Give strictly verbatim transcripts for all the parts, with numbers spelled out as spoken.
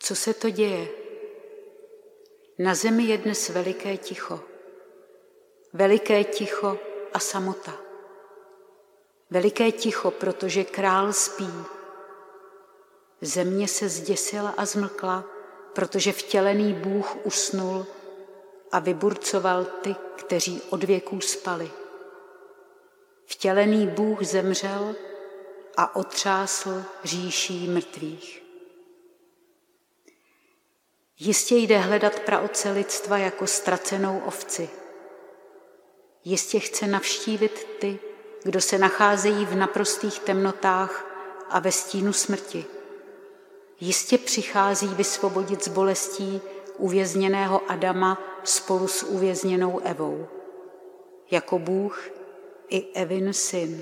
Co se to děje? Na zemi je dnes veliké ticho. Veliké ticho a samota. Veliké ticho, protože král spí. Země se zděsila a zmlkla, protože vtělený Bůh usnul a vyburcoval ty, kteří od věků spali. Vtělený Bůh zemřel a otřásl říší mrtvých. Jistě jde hledat praotce lidstva jako ztracenou ovci. Jistě chce navštívit ty, kdo se nacházejí v naprostých temnotách a ve stínu smrti. Jistě přichází vysvobodit z bolestí uvězněného Adama spolu s uvězněnou Evou. Jako Bůh i Evin syn.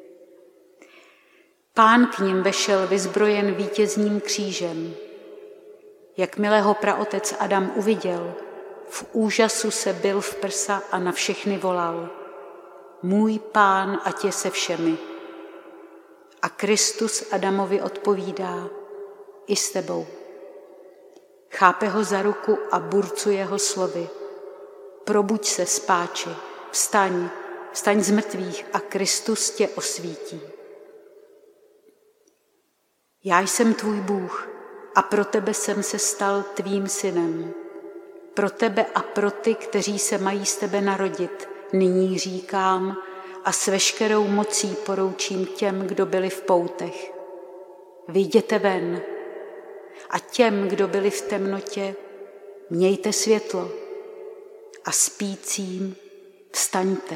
Pán k nim vešel vyzbrojen vítězným křížem. Jakmile ho praotec Adam uviděl, v úžasu se bil v prsa a na všechny volal: Můj Pán, ať je se všemi. A Kristus Adamovi odpovídá: I s tebou. Chápe ho za ruku a burcuje ho slovy: Probuď se, spáči, vstaň, vstaň z mrtvých a Kristus tě osvítí. Já jsem tvůj Bůh a pro tebe jsem se stal tvým synem. Pro tebe a pro ty, kteří se mají z tebe narodit, nyní říkám a s veškerou mocí poroučím těm, kdo byli v poutech. Vyjděte ven a těm, kdo byli v temnotě, mějte světlo a spícím vstaňte.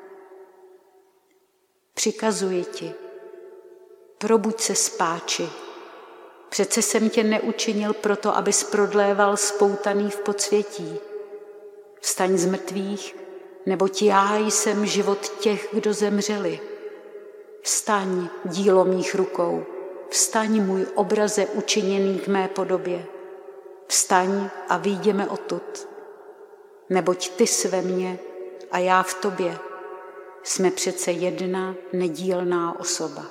Přikazuji ti, probuď se, spáči. Přece jsem tě neučinil proto, abys prodléval spoutaný v podsvětí. Vstaň z mrtvých, neboť já jsem život těch, kdo zemřeli. Vstaň, dílo mých rukou, vstaň, můj obraze učiněný k mé podobě. Vstaň a vyjdeme odtud, neboť ty jsi ve mně a já v tobě. Jsme přece jedna nedílná osoba.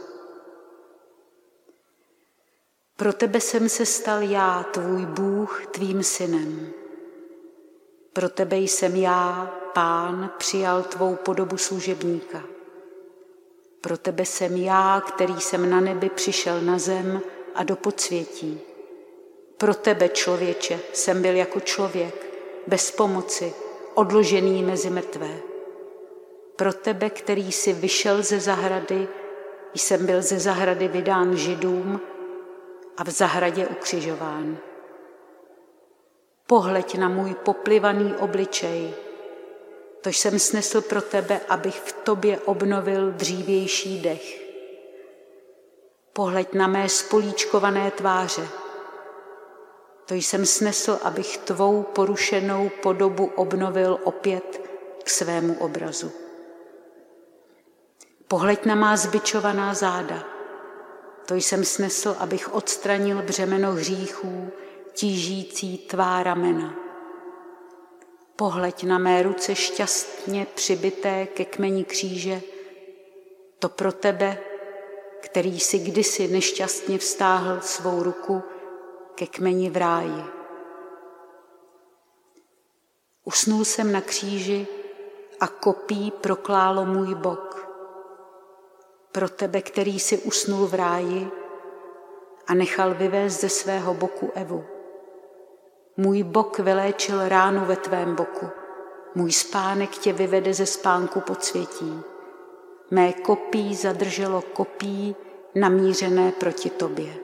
Pro tebe jsem se stal já, tvůj Bůh, tvým synem. Pro tebe jsem já, Pán, přijal tvou podobu služebníka. Pro tebe jsem já, který jsem na nebi přišel na zem a do podsvětí. Pro tebe, člověče, jsem byl jako člověk, bez pomoci, odložený mezi mrtvé. Pro tebe, který jsi vyšel ze zahrady, jsem byl ze zahrady vydán Židům a v zahradě ukřižován. Pohleď na můj poplivaný obličej, tož jsem snesl pro tebe, abych v tobě obnovil dřívější dech. Pohleď na mé spolíčkované tváře, to jsem snesl, abych tvou porušenou podobu obnovil opět k svému obrazu. Pohleď na má zbičovaná záda, to jsem snesl, abych odstranil břemeno hříchů, tížící tvá ramena. Pohleď na mé ruce šťastně přibité ke kmeni kříže, to pro tebe, který si kdysi nešťastně vztáhl svou ruku ke kmeni v ráji. Usnul jsem na kříži a kopí proklálo můj bok. Pro tebe, který si usnul v ráji a nechal vyvést ze svého boku Evu. Můj bok vyléčil ránu ve tvém boku. Můj spánek tě vyvede ze spánku podsvětí. Mé kopí zadrželo kopí namířené proti tobě.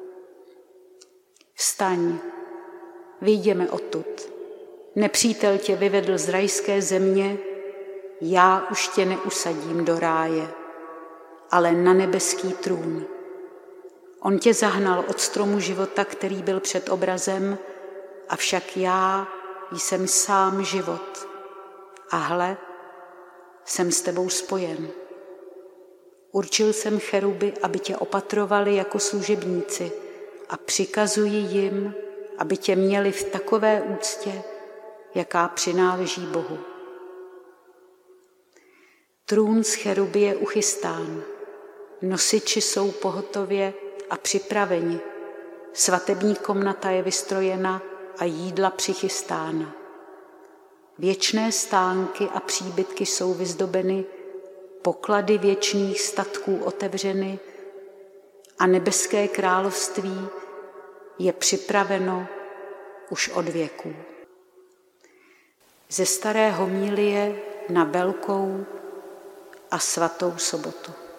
Vstaň, vyjdeme odtud. Nepřítel tě vyvedl z rajské země, já už tě neusadím do ráje, ale na nebeský trůn. On tě zahnal od stromu života, který byl před obrazem, avšak já jsem sám život. A hle, jsem s tebou spojen. Určil jsem cheruby, aby tě opatrovali jako služebníci a přikazuji jim, aby tě měli v takové úctě, jaká přináleží Bohu. Trůn z cheruby je uchystán, nosiči jsou pohotově a připraveni, svatební komnata je vystrojena a jídla přichystána. Věčné stánky a příbytky jsou vyzdobeny, poklady věčných statků otevřeny a nebeské království je připraveno už od věků. Ze staré homilie na Velkou a svatou sobotu.